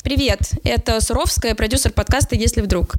Привет, это Суровская, продюсер подкаста «Если вдруг».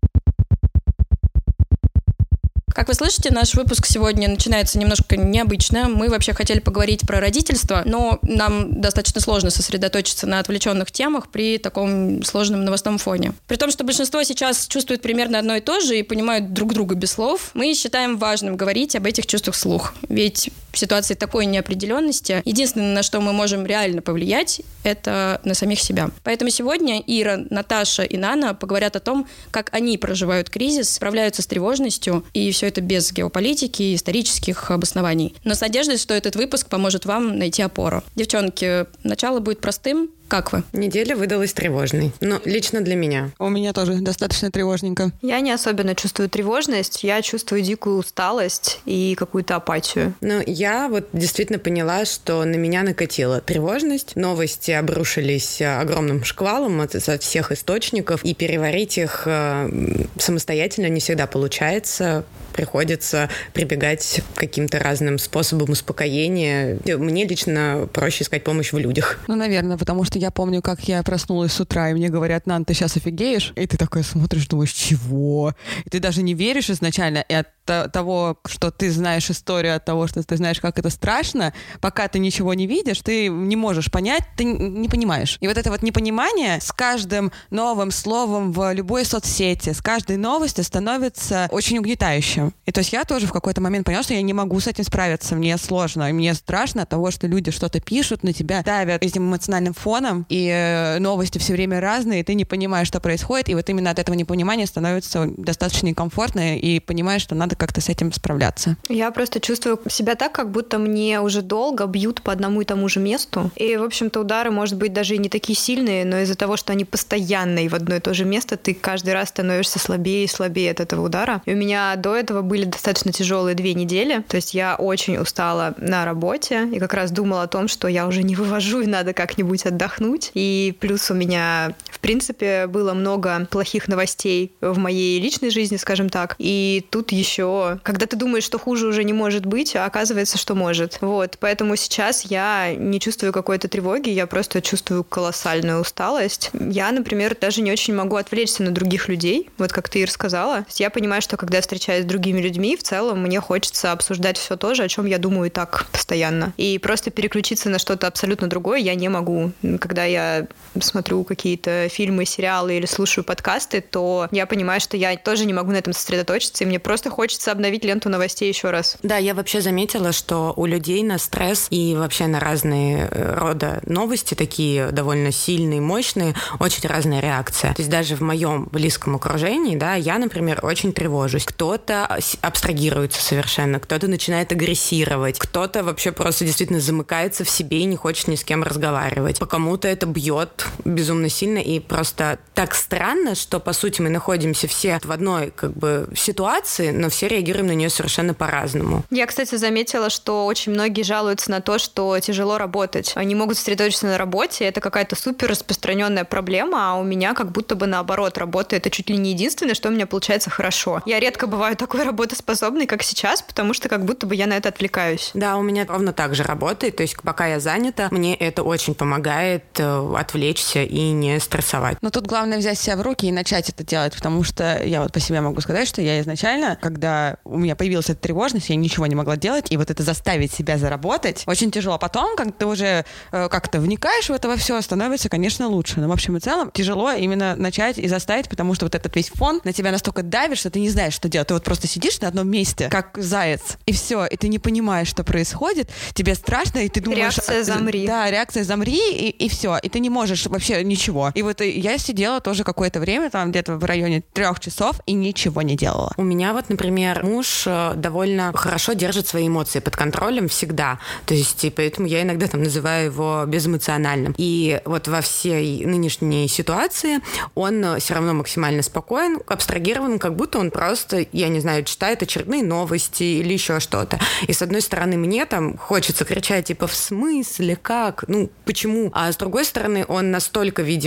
Как вы слышите, наш выпуск сегодня начинается немножко необычно. Мы вообще хотели поговорить про родительство, но нам достаточно сложно сосредоточиться на отвлеченных темах при таком сложном новостном фоне. При том, что большинство сейчас чувствует примерно одно и то же и понимают друг друга без слов, мы считаем важным говорить об этих чувствах вслух. Ведь в ситуации такой неопределенности единственное, на что мы можем реально повлиять, это на самих себя. Поэтому сегодня Ира, Наташа и Нана поговорят о том, как они проживают кризис, справляются с тревожностью, и все это без геополитики и исторических обоснований. Но с надеждой, что этот выпуск поможет вам найти опору. Девчонки, начало будет простым. Как вы? Неделя выдалась тревожной. Но лично для меня. У меня тоже достаточно тревожненько. Я не особенно чувствую тревожность. Я чувствую дикую усталость и какую-то апатию. Но я вот действительно поняла, что на меня накатила тревожность. Новости обрушились огромным шквалом от всех источников. И переварить их самостоятельно не всегда получается. Приходится прибегать к каким-то разным способам успокоения. Мне лично проще искать помощь в людях. Ну, наверное, потому что я помню, как я проснулась с утра, и мне говорят: Нан, ты сейчас офигеешь? И ты такой смотришь, думаешь, чего? И ты даже не веришь изначально, и от того, что ты знаешь историю, от того, что ты знаешь, как это страшно, пока ты ничего не видишь, ты не можешь понять, ты не понимаешь. И вот это вот непонимание с каждым новым словом в любой соцсети, с каждой новостью становится очень угнетающим. И то есть я тоже в какой-то момент поняла, что я не могу с этим справиться, мне сложно, и мне страшно от того, что люди что-то пишут, на тебя давят этим эмоциональным фоном, и новости все время разные, и ты не понимаешь, что происходит, и вот именно от этого непонимания становится достаточно некомфортно, и понимаешь, что надо как-то с этим справляться. Я просто чувствую себя так, как будто мне уже долго бьют по одному и тому же месту. И, в общем-то, удары, может быть, даже и не такие сильные, но из-за того, что они постоянные в одно и то же место, ты каждый раз становишься слабее и слабее от этого удара. И у меня до этого были достаточно тяжелые 2 недели. То есть я очень устала на работе и как раз думала о том, что я уже не вывожу и надо как-нибудь отдохнуть. И плюс у меня, в принципе, было много плохих новостей в моей личной жизни, скажем так. И тут еще когда ты думаешь, что хуже уже не может быть, а оказывается, что может. Вот, поэтому сейчас я не чувствую какой-то тревоги, я просто чувствую колоссальную усталость. Я, например, даже не очень могу отвлечься на других людей, вот как ты, Ир, сказала. Я понимаю, что когда я встречаюсь с другими людьми, в целом мне хочется обсуждать все то же, о чем я думаю и так постоянно. И просто переключиться на что-то абсолютно другое я не могу. Когда я смотрю какие-то фильмы, сериалы или слушаю подкасты, то я понимаю, что я тоже не могу на этом сосредоточиться, и мне просто хочется обновить ленту новостей еще раз. Да, я вообще заметила, что у людей на стресс и вообще на разные рода новости, такие довольно сильные, мощные, очень разная реакция. То есть даже в моем близком окружении, да, я, например, очень тревожусь. Кто-то абстрагируется совершенно, кто-то начинает агрессировать, кто-то вообще просто действительно замыкается в себе и не хочет ни с кем разговаривать. По кому-то это бьет безумно сильно, и просто так странно, что, по сути, мы находимся все в одной, ситуации, но все реагируем на нее совершенно по-разному. Я, кстати, заметила, что очень многие жалуются на то, что тяжело работать. Они могут сосредоточиться на работе, это какая-то супер распространенная проблема, а у меня как будто бы наоборот, работа — это чуть ли не единственное, что у меня получается хорошо. Я редко бываю такой работоспособной, как сейчас, потому что как будто бы я на это отвлекаюсь. Да, у меня ровно так же работает, то есть пока я занята, мне это очень помогает отвлечься и не стрессовать. Но тут главное взять себя в руки и начать это делать, потому что я вот по себе могу сказать, что я изначально, когда у меня появилась эта тревожность, я ничего не могла делать, и вот это заставить себя заработать очень тяжело. Потом, когда ты уже как-то вникаешь в это во все, становится, конечно, лучше. Но в общем и целом тяжело именно начать и заставить, потому что вот этот весь фон на тебя настолько давит, что ты не знаешь, что делать. Ты вот просто сидишь на одном месте, как заяц, и все, и ты не понимаешь, что происходит, тебе страшно, и ты думаешь... Реакция «замри». Да, реакция «замри», и все, и ты не можешь вообще ничего. И вот я сидела тоже какое-то время, там где-то в районе 3 часов, и ничего не делала. У меня вот, например, муж довольно хорошо держит свои эмоции под контролем всегда. То есть, и поэтому я иногда там называю его безэмоциональным. И вот во всей нынешней ситуации он все равно максимально спокоен, абстрагирован, как будто он просто, я не знаю, читает очередные новости или еще что-то. И с одной стороны, мне там хочется кричать, типа, в смысле, как? Ну, почему? А с другой стороны, он настолько, видимо,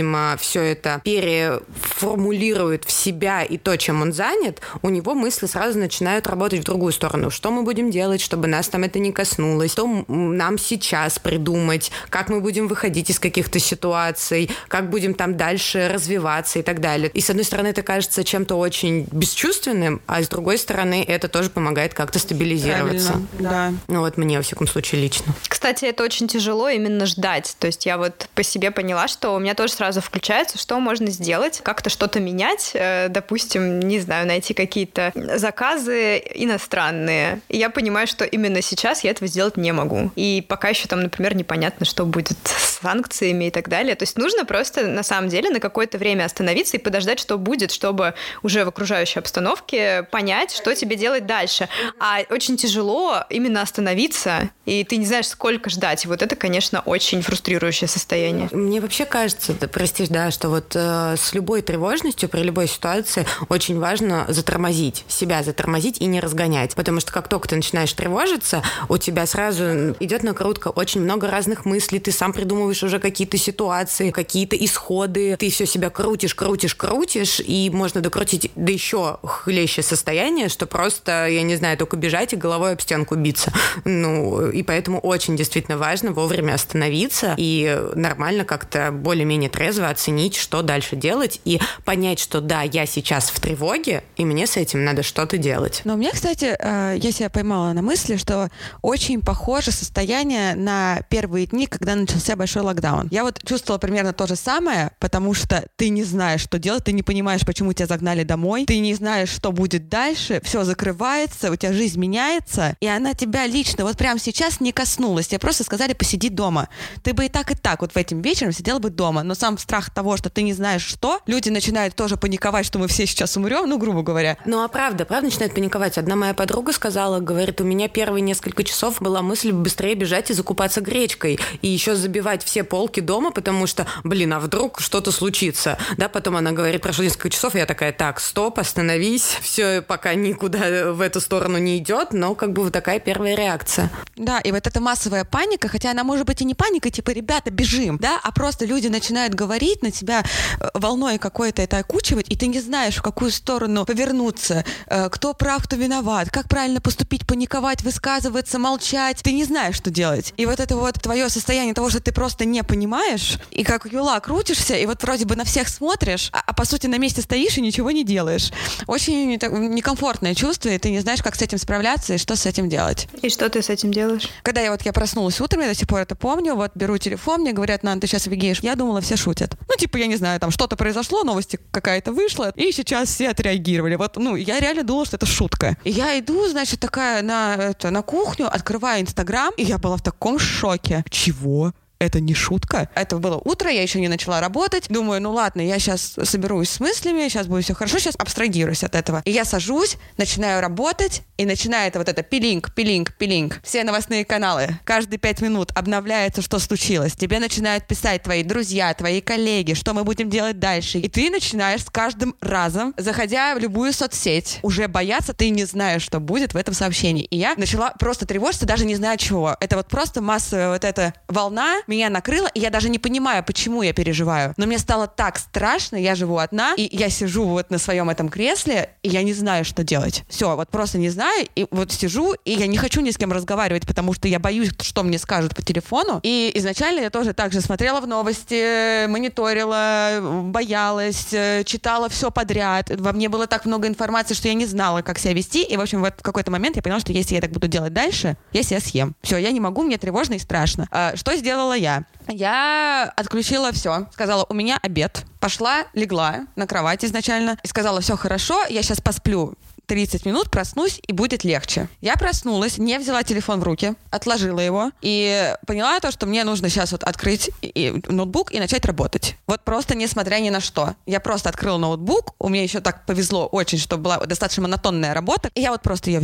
все это переформулирует в себя и то, чем он занят, у него мысли сразу начинают работать в другую сторону. Что мы будем делать, чтобы нас там это не коснулось? Что нам сейчас придумать? Как мы будем выходить из каких-то ситуаций? Как будем там дальше развиваться и так далее? И с одной стороны, это кажется чем-то очень бесчувственным, а с другой стороны, это тоже помогает как-то стабилизироваться. Да. Ну вот мне, во всяком случае, лично. Кстати, это очень тяжело именно ждать. То есть я вот по себе поняла, что у меня тоже сразу включается, что можно сделать, как-то что-то менять, допустим, не знаю, найти какие-то заказы иностранные. И я понимаю, что именно сейчас я этого сделать не могу. И пока еще там, например, непонятно, что будет с санкциями и так далее. То есть нужно просто, на самом деле, на какое-то время остановиться и подождать, что будет, чтобы уже в окружающей обстановке понять, что тебе делать дальше. А очень тяжело именно остановиться, и ты не знаешь, сколько ждать. И вот это, конечно, очень фрустрирующее состояние. Мне вообще кажется, простишь, да, что вот с любой тревожностью при любой ситуации очень важно себя затормозить и не разгонять. Потому что как только ты начинаешь тревожиться, у тебя сразу идет накрутка, очень много разных мыслей, ты сам придумываешь уже какие-то ситуации, какие-то исходы, ты все себя крутишь, и можно докрутить до еще хлеще состояние, что просто, я не знаю, только бежать и головой об стенку биться. Ну, и поэтому очень действительно важно вовремя остановиться и нормально как-то более-менее трезво оценить, что дальше делать, и понять, что да, я сейчас в тревоге, и мне с этим надо что-то делать. Но у меня, кстати, я себя поймала на мысли, что очень похоже состояние на первые дни, когда начался большой локдаун. Я вот чувствовала примерно то же самое, потому что ты не знаешь, что делать, ты не понимаешь, почему тебя загнали домой, ты не знаешь, что будет дальше, все закрывается, у тебя жизнь меняется, и она тебя лично вот прямо сейчас не коснулась. Тебе просто сказали посиди дома. Ты бы и так вот в этим вечером сидела бы дома, но сам страх того, что ты не знаешь что, люди начинают тоже паниковать, что мы все сейчас умрем, ну, грубо говоря. Ну, а правда начинает паниковать. Одна моя подруга сказала, говорит, у меня первые несколько часов была мысль быстрее бежать и закупаться гречкой, и еще забивать все полки дома, потому что, а вдруг что-то случится, да, потом она говорит, прошло несколько часов, и я такая, так, стоп, остановись, все пока никуда в эту сторону не идет, но как бы вот такая первая реакция. Да, и вот эта массовая паника, хотя она может быть и не паника, типа, ребята, бежим, да, а просто люди начинают говорить, на тебя волной какой-то это окучивать, и ты не знаешь, в какую сторону повернуться, кто прав, кто виноват, как правильно поступить, паниковать, высказываться, молчать, ты не знаешь, что делать. И вот это вот твое состояние того, что ты просто не понимаешь, и как юла крутишься, и вот вроде бы на всех смотришь, а по сути на месте стоишь и ничего не делаешь. Очень некомфортное чувство, и ты не знаешь, как с этим справляться и что с этим делать. И что ты с этим делаешь? Когда я проснулась утром, я до сих пор это помню, вот беру телефон, мне говорят, Нан, ты сейчас офигеешь. Я думала, все шутят. Ну, типа, я не знаю, там что-то произошло, новости какая-то вышла, и сейчас все отреагировали. Вот, я реально думала, что это шутка. И я иду, значит, такая на кухню, открываю Инстаграм, и я была в таком шоке. Чего? Это не шутка. Это было утро, я еще не начала работать. Думаю, ну ладно, я сейчас соберусь с мыслями, сейчас будет все хорошо, сейчас абстрагируюсь от этого. И я сажусь, начинаю работать, и начинает вот это пилинг. Все новостные каналы. Каждые 5 минут обновляется, что случилось. Тебе начинают писать твои друзья, твои коллеги, что мы будем делать дальше. И ты начинаешь с каждым разом, заходя в любую соцсеть, уже бояться, ты не знаешь, что будет в этом сообщении. И я начала просто тревожиться, даже не зная чего. Это вот просто массовая вот эта волна меня накрыло, и я даже не понимаю, почему я переживаю. Но мне стало так страшно, я живу одна, и я сижу вот на своем этом кресле, и я не знаю, что делать. Все, вот просто не знаю, и вот сижу, и я не хочу ни с кем разговаривать, потому что я боюсь, что мне скажут по телефону. И изначально я тоже так же смотрела в новости, мониторила, боялась, читала все подряд. Во мне было так много информации, что я не знала, как себя вести, и, в общем, в какой-то момент я поняла, что если я так буду делать дальше, я себя съем. Все, я не могу, мне тревожно и страшно. Что сделала я? Я отключила все. Сказала, у меня обед. Пошла, легла на кровать изначально. И сказала, все хорошо, я сейчас посплю 30 минут, проснусь, и будет легче. Я проснулась, не взяла телефон в руки, отложила его и поняла то, что мне нужно сейчас вот открыть ноутбук и начать работать. Вот просто несмотря ни на что. Я просто открыла ноутбук, у меня еще так повезло очень, что была достаточно монотонная работа. И я вот просто ее взяла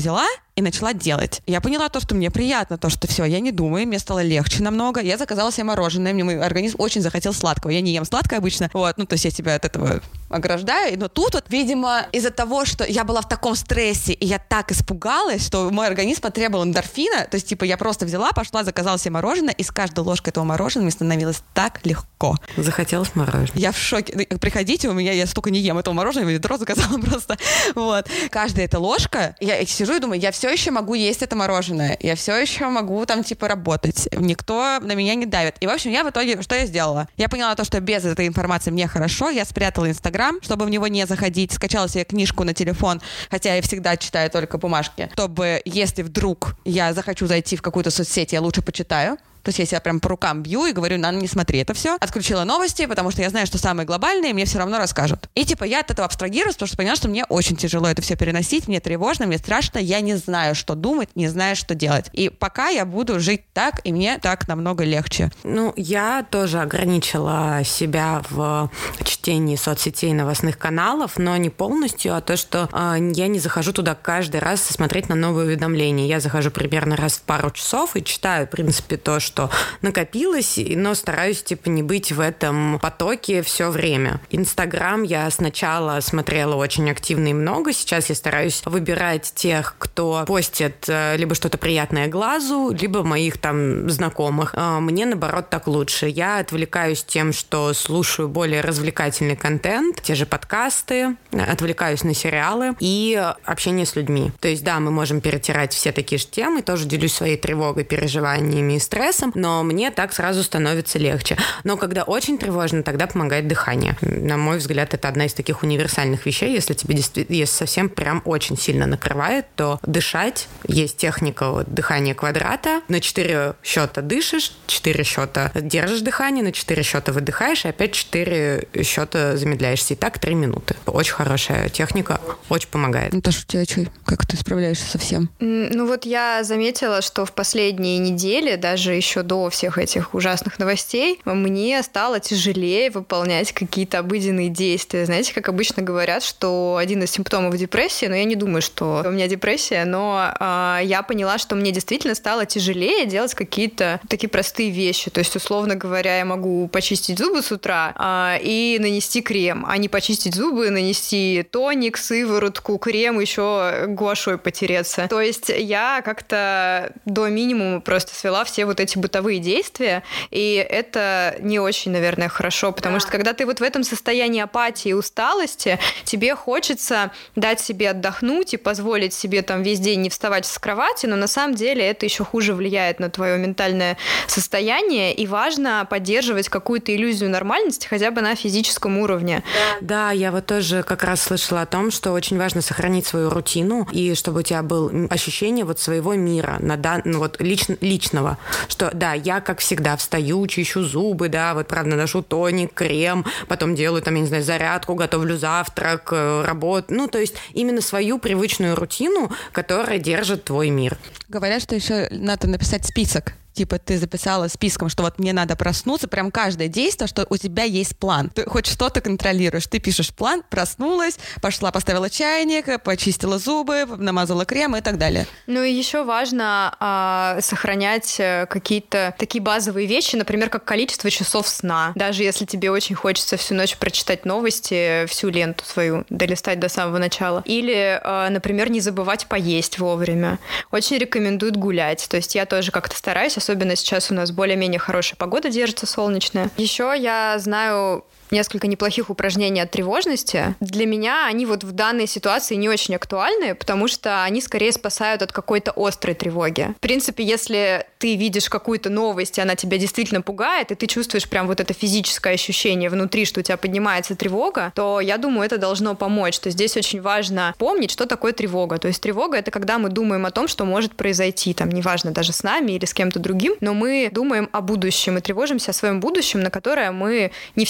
и начала делать. Я поняла то, что мне приятно, то, что все, я не думаю, мне стало легче намного. Я заказала себе мороженое, мне мой организм очень захотел сладкого. Я не ем сладкое обычно, вот, ну, то есть я себя от этого ограждаю. Но тут вот, видимо, из-за того, что я была в таком стрессе, и я так испугалась, что мой организм потребовал эндорфина, то есть, типа, я просто взяла, пошла, заказала себе мороженое, и с каждой ложкой этого мороженого мне становилось так легко. Захотелось мороженое. Я в шоке. Приходите, у меня, я столько не ем этого мороженого, ведро заказала просто. Вот. Каждая эта ложка, я сижу и думаю, я все еще могу есть это мороженое, я все еще могу там, типа, работать. Никто на меня не давит. И, в общем, я в итоге, что я сделала? Я поняла то, что без этой информации мне хорошо, я спрятала Инстаграм, чтобы в него не заходить, скачала себе книжку на телефон, хотя я всегда читаю только бумажки, чтобы, если вдруг я захочу зайти в какую-то соцсеть, я лучше почитаю. То есть я себя прям по рукам бью и говорю, не смотри это все. Отключила новости, потому что я знаю, что самые глобальные мне все равно расскажут. И типа я от этого абстрагируюсь, потому что поняла, что мне очень тяжело это все переносить, мне тревожно, мне страшно, я не знаю, что думать, не знаю, что делать. И пока я буду жить так, и мне так намного легче. Ну, я тоже ограничила себя в чтении соцсетей, новостных каналов, но не полностью, а то, что я не захожу туда каждый раз смотреть на новые уведомления. Я захожу примерно раз в пару часов и читаю, в принципе, то, что накопилось, но стараюсь, типа, не быть в этом потоке все время. Инстаграм я сначала смотрела очень активно и много, сейчас я стараюсь выбирать тех, кто постит либо что-то приятное глазу, либо моих там знакомых. Мне, наоборот, так лучше. Я отвлекаюсь тем, что слушаю более развлекательный контент, те же подкасты, отвлекаюсь на сериалы и общение с людьми. То есть, да, мы можем перетирать все такие же темы, тоже делюсь своей тревогой, переживаниями и стрессом, но мне так сразу становится легче. Но когда очень тревожно, тогда помогает дыхание. На мой взгляд, это одна из таких универсальных вещей. Если тебе действительно, если совсем прям очень сильно накрывает, то дышать. Есть техника вот, дыхания квадрата. На 4 счета дышишь, 4 счета держишь дыхание, на 4 счета выдыхаешь, и опять 4 счета замедляешься. И так 3 минуты. Очень хорошая техника, очень помогает. Наташа, у тебя что? Как ты справляешься со всем? Ну вот я заметила, что в последние недели, даже еще до всех этих ужасных новостей, мне стало тяжелее выполнять какие-то обыденные действия. Знаете, как обычно говорят, что один из симптомов депрессии, но я не думаю, что у меня депрессия, но я поняла, что мне действительно стало тяжелее делать какие-то такие простые вещи. То есть, условно говоря, я могу почистить зубы с утра и нанести крем, а не почистить зубы, нанести тоник, сыворотку, крем, еще гуашой потереться. То есть я как-то до минимума просто свела все вот эти бытовые действия, и это не очень, наверное, хорошо, потому что когда ты вот в этом состоянии апатии и усталости, тебе хочется дать себе отдохнуть и позволить себе там весь день не вставать с кровати, но на самом деле это еще хуже влияет на твое ментальное состояние, и важно поддерживать какую-то иллюзию нормальности хотя бы на физическом уровне. Да, я вот тоже как раз слышала о том, что очень важно сохранить свою рутину, и чтобы у тебя было ощущение вот своего мира, вот личного, что да, я, как всегда, встаю, чищу зубы, да, вот, правда, наношу тоник, крем, потом делаю, там, я не знаю, зарядку, готовлю завтрак, работу. Ну, то есть именно свою привычную рутину, которая держит твой мир. Говорят, что еще надо написать список. Типа ты записала списком, что вот мне надо проснуться, прям каждое действие, что у тебя есть план. Ты хоть что-то контролируешь. Ты пишешь план, проснулась, пошла, поставила чайник, почистила зубы, намазала крем и так далее. Ну и еще важно сохранять какие-то такие базовые вещи, например, как количество часов сна. Даже если тебе очень хочется всю ночь прочитать новости, всю ленту свою, долистать до самого начала. Или, например, не забывать поесть вовремя. Очень рекомендуют гулять. То есть я тоже как-то стараюсь, особенно сейчас у нас более-менее хорошая погода держится, солнечная. Еще я знаю несколько неплохих упражнений от тревожности. Для меня они вот в данной ситуации не очень актуальны, потому что они скорее спасают от какой-то острой тревоги. В принципе, если ты видишь какую-то новость, и она тебя действительно пугает, и ты чувствуешь прям вот это физическое ощущение внутри, что у тебя поднимается тревога, то я думаю, это должно помочь. То есть здесь очень важно помнить, что такое тревога. То есть тревога — это когда мы думаем о том, что может произойти, там, неважно, даже с нами или с кем-то другим, но мы думаем о будущем и тревожимся о своем будущем, на которое мы не всегда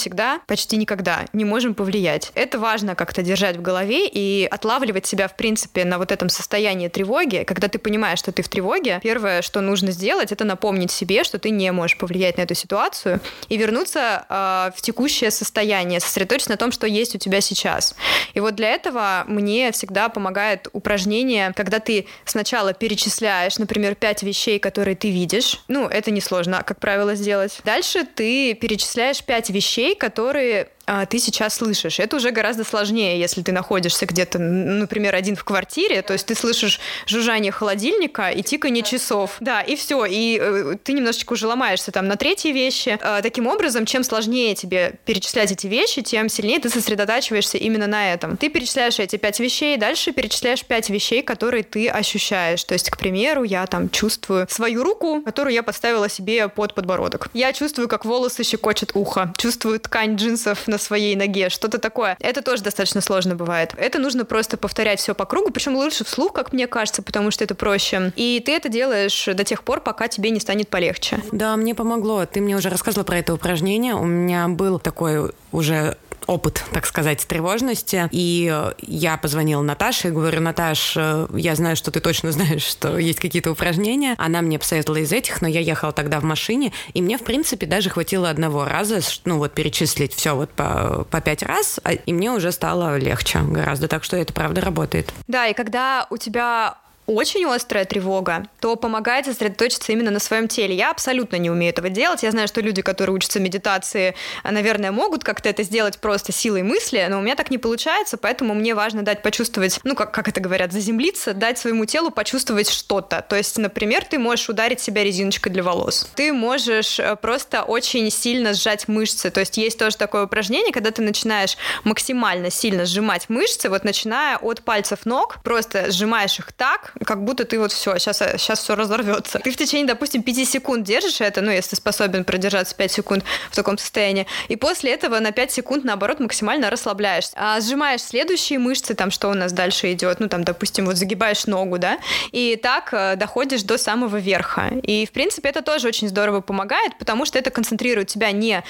почти никогда не можем повлиять. Это важно как-то держать в голове и отлавливать себя, в принципе, на вот этом состоянии тревоги. Когда ты понимаешь, что ты в тревоге, первое, что нужно сделать, это напомнить себе, что ты не можешь повлиять на эту ситуацию и вернуться в текущее состояние, сосредоточиться на том, что есть у тебя сейчас. И вот для этого мне всегда помогает упражнение, когда ты сначала перечисляешь, например, 5 вещей, которые ты видишь. Ну, это несложно, как правило, сделать. Дальше ты перечисляешь 5 вещей, которые ты сейчас слышишь. Это уже гораздо сложнее, если ты находишься где-то, например, один в квартире, то есть ты слышишь жужжание холодильника и тиканье часов. Да, и все. И ты немножечко уже ломаешься там на третьи вещи. Таким образом, чем сложнее тебе перечислять эти вещи, тем сильнее ты сосредотачиваешься именно на этом. Ты перечисляешь эти 5 вещей, дальше перечисляешь 5 вещей, которые ты ощущаешь. То есть, к примеру, я там чувствую свою руку, которую я подставила себе под подбородок. Я чувствую, как волосы щекочет ухо. Чувствую ткань джинсов на своей ноге, что-то такое. Это тоже достаточно сложно бывает. Это нужно просто повторять все по кругу, причем лучше вслух, как мне кажется, потому что это проще. И ты это делаешь до тех пор, пока тебе не станет полегче. Да, мне помогло. Ты мне уже рассказывала про это упражнение. У меня был такой уже опыт, так сказать, тревожности. И я позвонила Наташе и говорю: Наташ, я знаю, что ты точно знаешь, что есть какие-то упражнения. Она мне посоветовала из этих, но я ехала тогда в машине, и мне, в принципе, даже хватило одного раза, ну вот, перечислить все вот по 5 раз, и мне уже стало легче гораздо. Так что это правда работает. Да, и когда у тебя очень острая тревога, то помогает сосредоточиться именно на своем теле. Я абсолютно не умею этого делать. Я знаю, что люди, которые учатся медитации, наверное, могут как-то это сделать просто силой мысли, но у меня так не получается, поэтому мне важно дать почувствовать, ну, как это говорят, заземлиться, дать своему телу почувствовать что-то. То есть, например, ты можешь ударить себя резиночкой для волос. Ты можешь просто очень сильно сжать мышцы. То есть есть тоже такое упражнение, когда ты начинаешь максимально сильно сжимать мышцы, вот начиная от пальцев ног, просто сжимаешь их так, как будто ты вот все, сейчас все разорвется. Ты в течение, допустим, 5 секунд держишь это, ну, если способен продержаться 5 секунд в таком состоянии, и после этого на 5 секунд, наоборот, максимально расслабляешься. Сжимаешь следующие мышцы, там, что у нас дальше идет, ну, там, допустим, вот загибаешь ногу, да, и так доходишь до самого верха. И, в принципе, это тоже очень здорово помогает, потому что это концентрирует тебя не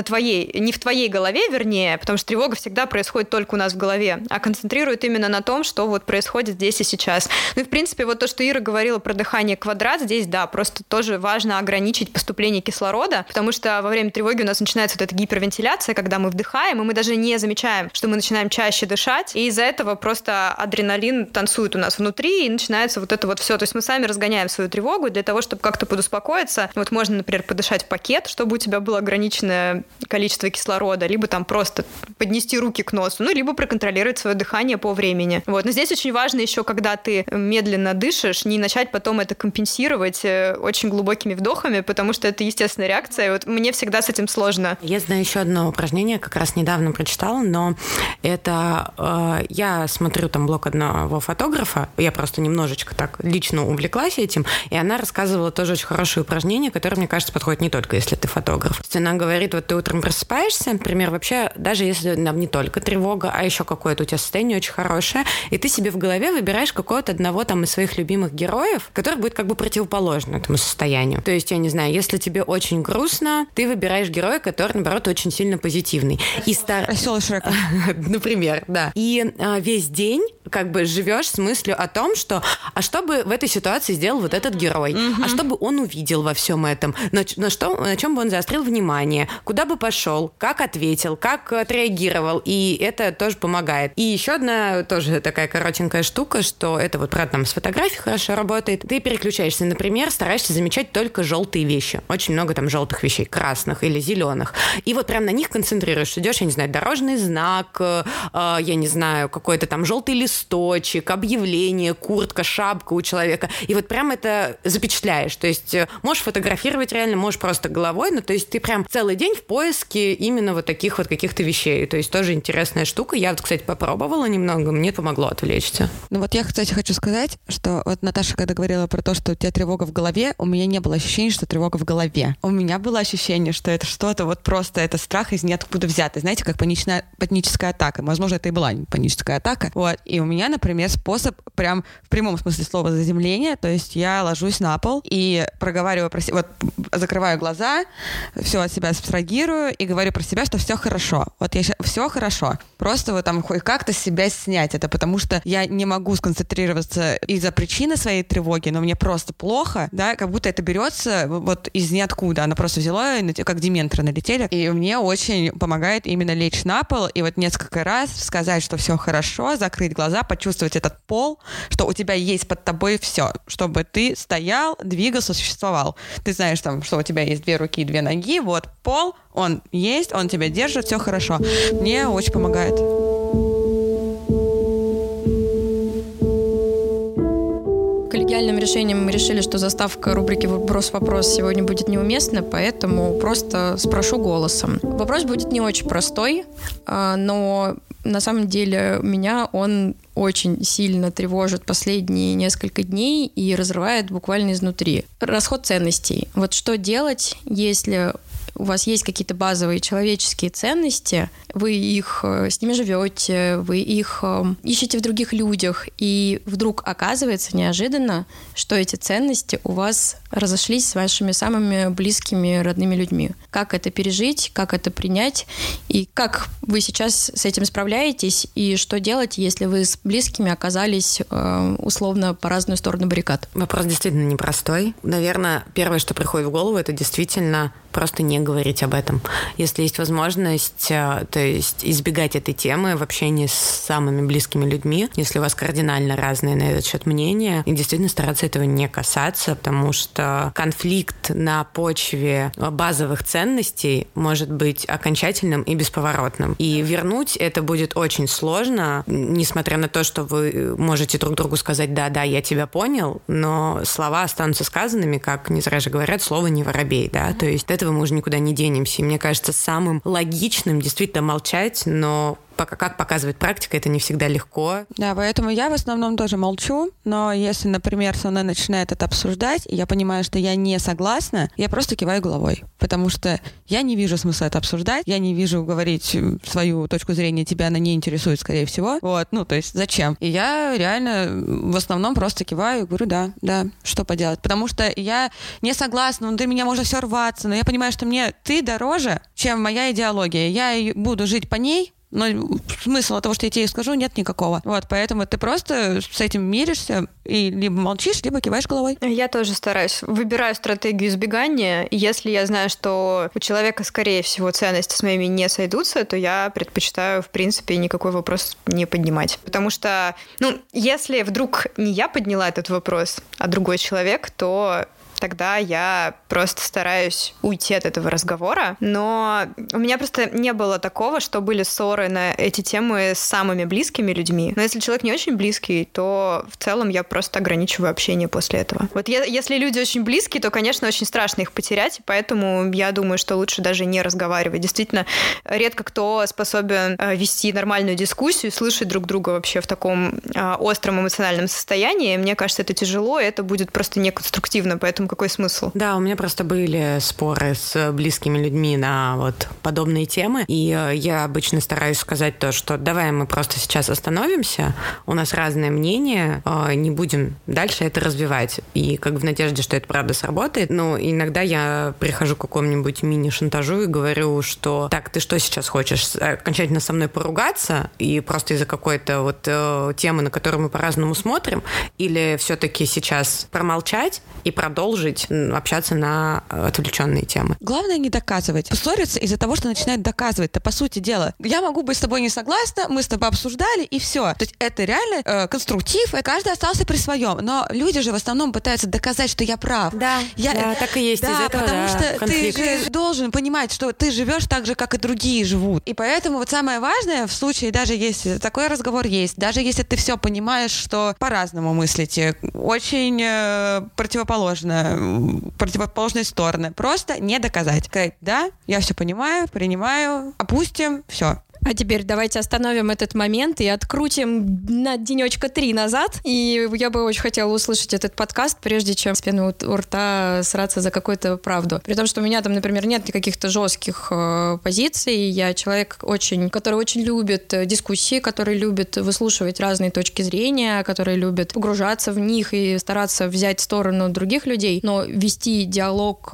в твоей голове, вернее, потому что тревога всегда происходит только у нас в голове, а концентрирует именно на том, что вот происходит здесь и сейчас. Ну, и, в принципе, вот то, что Ира говорила про дыхание квадрат, здесь, да, просто тоже важно ограничить поступление кислорода, потому что во время тревоги у нас начинается вот эта гипервентиляция, когда мы вдыхаем, и мы даже не замечаем, что мы начинаем чаще дышать, и из-за этого просто адреналин танцует у нас внутри, и начинается вот это вот все. То есть мы сами разгоняем свою тревогу для того, чтобы как-то подуспокоиться. Вот можно, например, подышать в пакет, чтобы у тебя было ограниченное количество кислорода, либо там просто поднести руки к носу, ну, либо проконтролировать свое дыхание по времени. Вот. Но здесь очень важно еще, когда ты медленно дышишь, не начать потом это компенсировать очень глубокими вдохами, потому что это естественная реакция. И вот мне всегда с этим сложно. Я знаю еще одно упражнение, как раз недавно прочитала, но это я смотрю там блог одного фотографа, я просто немножечко так лично увлеклась этим, и она рассказывала тоже очень хорошее упражнение, которое, мне кажется, подходит не только если ты фотограф. То есть она говорит, вот ты утром просыпаешься, например, вообще, даже если нам не только тревога, а еще какое-то у тебя состояние очень хорошее, и ты себе в голове выбираешь какого-то одного там из своих любимых героев, который будет как бы противоположен этому состоянию. То есть, я не знаю, если тебе очень грустно, ты выбираешь героя, который, наоборот, очень сильно позитивный. Веселый Шрек. Например, да. И весь день как бы живешь с мыслью о том, что а что бы в этой ситуации сделал вот этот герой? А что бы он увидел во всем этом? На чем бы он заострил внимание? Куда бы пошел? Как ответил? Как отреагировал? И это тоже помогает. И еще одна тоже такая коротенькая штука, что это вот правда там с фотографией хорошо работает. Ты переключаешься, например, стараешься замечать только желтые вещи. Очень много там желтых вещей, красных или зеленых. И вот прям на них концентрируешься. Идешь, я не знаю, дорожный знак, я не знаю, какой-то там желтый листочек, объявление, куртка, шапка у человека. И вот прям это запечатляешь. То есть можешь фотографировать реально, можешь просто головой, но то есть ты прям целый день в поиске именно вот таких вот каких-то вещей. То есть тоже интересная штука. Я вот, кстати, попробовала немного, мне помогло отвлечься. Ну вот я, кстати, хочу сказать, что вот Наташа, когда говорила про то, что у тебя тревога в голове, у меня не было ощущения, что тревога в голове. У меня было ощущение, что это что-то вот просто, это страх из ниоткуда взятый. Знаете, как паническая атака. Возможно, это и была паническая атака. Вот. И у меня, например, способ прям в прямом смысле слова заземления, то есть я ложусь на пол и проговариваю про себя, вот закрываю глаза, все от себя абстрагирую и говорю про себя, что все хорошо. Вот я все хорошо. Просто вот там хоть как-то себя снять это, потому что я не могу сконцентрироваться из-за причины своей тревоги, но мне просто плохо, да, как будто это берется вот из ниоткуда. Она просто взяла, как дементоры налетели, и мне очень помогает именно лечь на пол и вот несколько раз сказать, что все хорошо, закрыть глаза, почувствовать этот пол, что у тебя есть под тобой все, чтобы ты стоял, двигался, существовал. Ты знаешь там, что у тебя есть 2 руки и 2 ноги, вот пол, он есть, он тебя держит, все хорошо. Мне очень помогает. Коллегиальным решением мы решили, что заставка рубрики «Вопрос-вопрос» сегодня будет неуместна, поэтому просто спрошу голосом. Вопрос будет не очень простой, но на самом деле меня он очень сильно тревожит последние несколько дней и разрывает буквально изнутри. Расход ценностей. Вот что делать, если у вас есть какие-то базовые человеческие ценности, вы их с ними живете, вы их ищете в других людях, и вдруг оказывается неожиданно, что эти ценности у вас разошлись с вашими самыми близкими, родными людьми. Как это пережить, как это принять, и как вы сейчас с этим справляетесь, и что делать, если вы с близкими оказались условно по разную сторону баррикад? Вопрос действительно непростой. Наверное, первое, что приходит в голову, это действительно просто не говорить об этом. Если есть возможность, то есть избегать этой темы в общении с самыми близкими людьми, если у вас кардинально разные на этот счет мнения, и действительно стараться этого не касаться, потому что конфликт на почве базовых ценностей может быть окончательным и бесповоротным. И вернуть это будет очень сложно, несмотря на то, что вы можете друг другу сказать «да, я тебя понял», но слова останутся сказанными, как не зря же говорят, слово не воробей, да, то есть от этого мы уже никуда не денемся. И мне кажется, самым логичным действительно молчать, но как показывает практика, это не всегда легко. Да, поэтому я в основном тоже молчу, но если, например, со мной начинает это обсуждать, и я понимаю, что я не согласна, я просто киваю головой, потому что я не вижу смысла это обсуждать, я не вижу говорить свою точку зрения, тебя она не интересует, скорее всего. Вот, то есть зачем? И я реально в основном просто киваю и говорю, да, что поделать. Потому что я не согласна, внутри меня может все рваться, но я понимаю, что мне ты дороже, чем моя идеология. Я буду жить по ней, но смысла того, что я тебе скажу, нет никакого. Вот, поэтому ты просто с этим миришься и либо молчишь, либо киваешь головой. Я тоже стараюсь. Выбираю стратегию избегания. Если я знаю, что у человека, скорее всего, ценности с моими не сойдутся, то я предпочитаю, в принципе, никакой вопрос не поднимать. Потому что, если вдруг не я подняла этот вопрос, а другой человек, то тогда я просто стараюсь уйти от этого разговора. Но у меня просто не было такого, что были ссоры на эти темы с самыми близкими людьми. Но если человек не очень близкий, то в целом я просто ограничиваю общение после этого. Вот если люди очень близкие, то, конечно, очень страшно их потерять, поэтому я думаю, что лучше даже не разговаривать. Действительно, редко кто способен вести нормальную дискуссию, слышать друг друга вообще в таком остром эмоциональном состоянии. Мне кажется, это тяжело, и это будет просто неконструктивно, поэтому какой смысл? Да, у меня просто были споры с близкими людьми на вот подобные темы, и я обычно стараюсь сказать то, что давай мы просто сейчас остановимся, у нас разное мнение, не будем дальше это развивать. И как в надежде, что это правда сработает, но иногда я прихожу к какому-нибудь мини-шантажу и говорю, что так, ты что сейчас хочешь, окончательно со мной поругаться и просто из-за какой-то вот темы, на которую мы по-разному смотрим, или все-таки сейчас промолчать и продолжить общаться на отвлеченные темы. Главное не доказывать. Ссориться из-за того, что начинают доказывать. То по сути дела, я могу быть с тобой не согласна, мы с тобой обсуждали, и все. То есть это реально конструктив, и каждый остался при своем. Но люди же в основном пытаются доказать, что я прав. Да, так и есть. Да, из этого, потому что конфликт. ты же должен понимать, что ты живешь так же, как и другие живут. И поэтому вот самое важное в случае, даже если такой разговор есть, даже если ты все понимаешь, что по-разному мыслите, очень противоположные стороны. Просто не доказать. Сказать, да, я все понимаю, принимаю, опустим, все. А теперь давайте остановим этот момент и открутим на денечка 3 назад. И я бы очень хотела услышать этот подкаст, прежде чем с пеной у рта сраться за какую-то правду. При том, что у меня там, например, нет каких-то жестких позиций. Я человек, который очень любит дискуссии, который любит выслушивать разные точки зрения, который любит погружаться в них и стараться взять сторону других людей. Но вести диалог,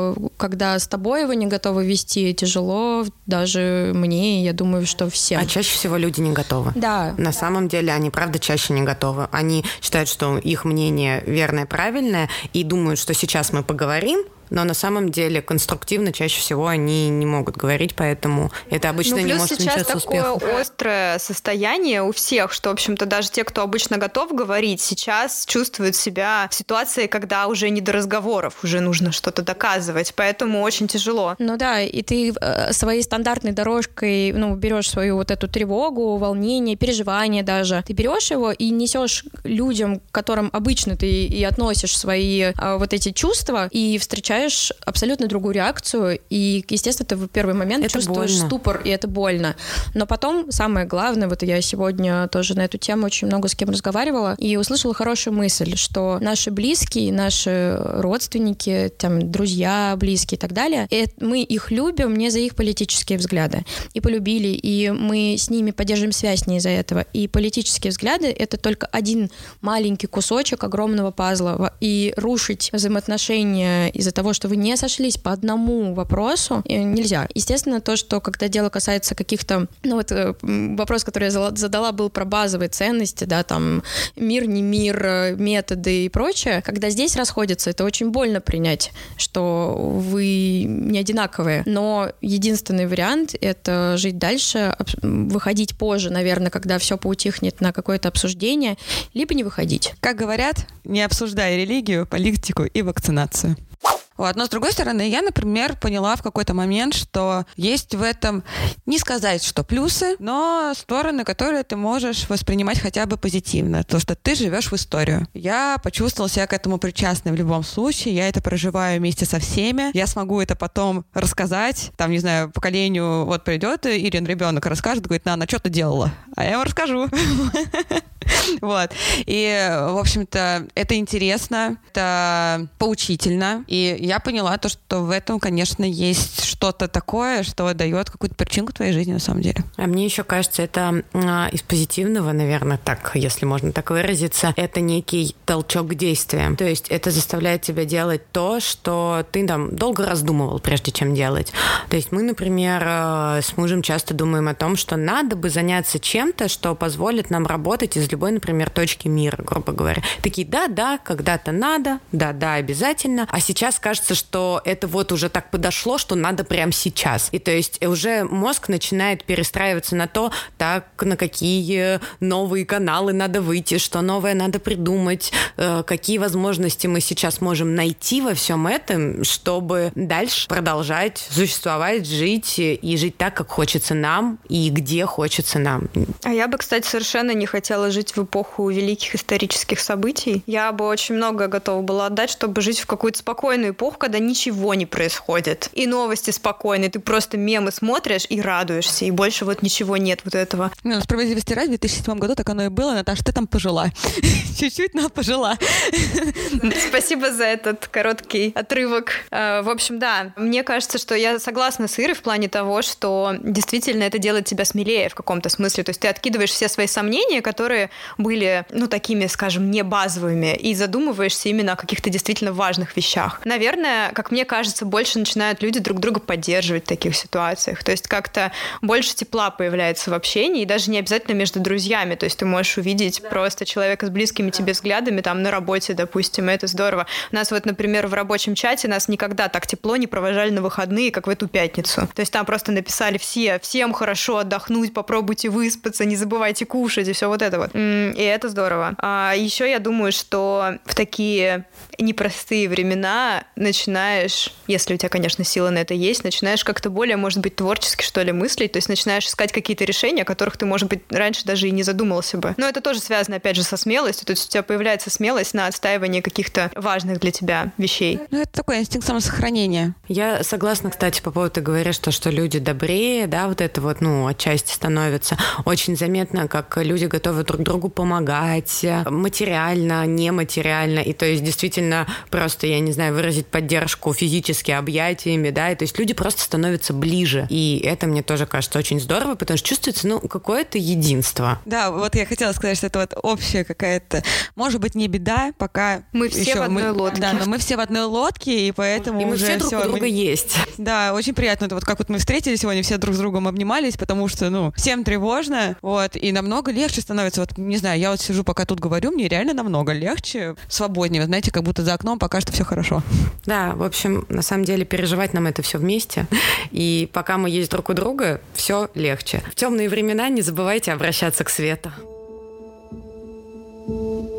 когда с тобой его не готовы вести, тяжело даже мне, я думаю, что всем. А чаще всего люди не готовы. Да. На самом деле они, правда, чаще не готовы. Они считают, что их мнение верное, правильное, и думают, что сейчас мы поговорим, но на самом деле конструктивно чаще всего они не могут говорить, поэтому это обычно не может увенчаться успехом. Плюс сейчас такое острое состояние у всех, что, в общем-то, даже те, кто обычно готов говорить, сейчас чувствуют себя в ситуации, когда уже не до разговоров, уже нужно что-то доказывать, поэтому очень тяжело. Ну да, и ты своей стандартной дорожкой, берешь свою вот эту тревогу, волнение, переживание даже, ты берешь его и несешь людям, к которым обычно ты и относишь свои вот эти чувства, и встречаешь абсолютно другую реакцию, и, естественно, ты в первый момент это чувствуешь больно. Ступор, и это больно. Но потом, самое главное, вот я сегодня тоже на эту тему очень много с кем разговаривала, и услышала хорошую мысль, что наши близкие, наши родственники, там, друзья, близкие и так далее, мы их любим не за их политические взгляды. И полюбили, и мы с ними поддерживаем связь не из-за этого. И политические взгляды — это только один маленький кусочек огромного пазла. И рушить взаимоотношения из-за того, что вы не сошлись по одному вопросу, нельзя. Естественно, то, что когда дело касается каких-то... вопрос, который я задала, был про базовые ценности, да, там, мир, не мир, методы и прочее. Когда здесь расходятся, это очень больно принять, что вы не одинаковые. Но единственный вариант — это жить дальше, выходить позже, наверное, когда все поутихнет на какое-то обсуждение, либо не выходить. Как говорят, не обсуждая религию, политику и вакцинацию. Вот. Но, с другой стороны, я, например, поняла в какой-то момент, что есть в этом, не сказать, что плюсы, но стороны, которые ты можешь воспринимать хотя бы позитивно. То, что ты живешь в историю. Я почувствовала себя к этому причастной в любом случае. Я это проживаю вместе со всеми. Я смогу это потом рассказать. Там, не знаю, поколению вот придет Ирин, ребенок, расскажет, говорит: Нана, что ты делала? А я ему расскажу. Вот. И, в общем-то, это интересно, это поучительно. И я поняла то, что в этом, конечно, есть что-то такое, что дает какую-то причинку твоей жизни на самом деле. А мне еще кажется, это из позитивного, наверное, так, если можно так выразиться, это некий толчок к действиям. То есть это заставляет тебя делать то, что ты там долго раздумывал, прежде чем делать. То есть мы, например, с мужем часто думаем о том, что надо бы заняться чем-то, что позволит нам работать из любой, например, точки мира, грубо говоря. Такие: да, когда-то надо, да, обязательно. А сейчас кажется, что это вот уже так подошло, что надо прямо сейчас. И то есть уже мозг начинает перестраиваться на то, так, на какие новые каналы надо выйти, что новое надо придумать, какие возможности мы сейчас можем найти во всем этом, чтобы дальше продолжать существовать, жить и жить так, как хочется нам и где хочется нам. А я бы, кстати, совершенно не хотела жить в эпоху великих исторических событий. Я бы очень много готова была отдать, чтобы жить в какую-то спокойную эпоху, когда ничего не происходит. И новости спокойные. Ты просто мемы смотришь и радуешься. И больше вот ничего нет вот этого. Ну, справедливости ради, в 2007 году так оно и было. Наташа, ты там пожила. Чуть-чуть, но пожила. Спасибо за этот короткий отрывок. В общем, да, мне кажется, что я согласна с Ирой в плане того, что действительно это делает тебя смелее в каком-то смысле. То есть ты откидываешь все свои сомнения, которые были, такими, скажем, не базовыми, и задумываешься именно о каких-то действительно важных вещах. Наверное, как мне кажется, больше начинают люди друг друга поддерживать в таких ситуациях. То есть как-то больше тепла появляется в общении, и даже не обязательно между друзьями. То есть ты можешь увидеть просто человека с близкими тебе взглядами там на работе, допустим, и это здорово. У нас вот, например, в рабочем чате нас никогда так тепло не провожали на выходные, как в эту пятницу. То есть там просто написали всем хорошо отдохнуть, попробуйте выспаться, выспаться, не забывайте кушать и все вот это вот. И это здорово. А еще я думаю, что в такие непростые времена начинаешь, если у тебя, конечно, сила на это есть, начинаешь как-то более, может быть, творчески, что ли, мыслить, то есть начинаешь искать какие-то решения, о которых ты, может быть, раньше даже и не задумывался бы. Но это тоже связано, опять же, со смелостью, то есть у тебя появляется смелость на отстаивание каких-то важных для тебя вещей. Ну, это такой инстинкт самосохранения. Я согласна, кстати, по поводу, ты говоришь, что люди добрее, да, вот это вот, отчасти становится. Очень заметно, как люди готовы друг другу помогать материально, нематериально, и то есть действительно просто, я не знаю, выразить поддержку физически объятиями, да, и то есть люди просто становятся ближе. И это мне тоже кажется очень здорово, потому что чувствуется, какое-то единство. Да, вот я хотела сказать, что это вот общая какая-то, может быть, не беда, пока мы все в одной лодке. Да, но мы все в одной лодке, и поэтому и мы уже все друг у друга есть. Да, очень приятно. Это вот как вот мы встретились сегодня, все друг с другом обнимались, потому что, всем тревожно, вот, и намного легче становится. Вот, не знаю, я вот сижу, пока тут говорю, мне реально намного легче, свободнее, знаете, как будто за окном пока что все хорошо. Да, в общем, на самом деле переживать нам это все вместе, и пока мы есть друг у друга, все легче. В темные времена не забывайте обращаться к свету.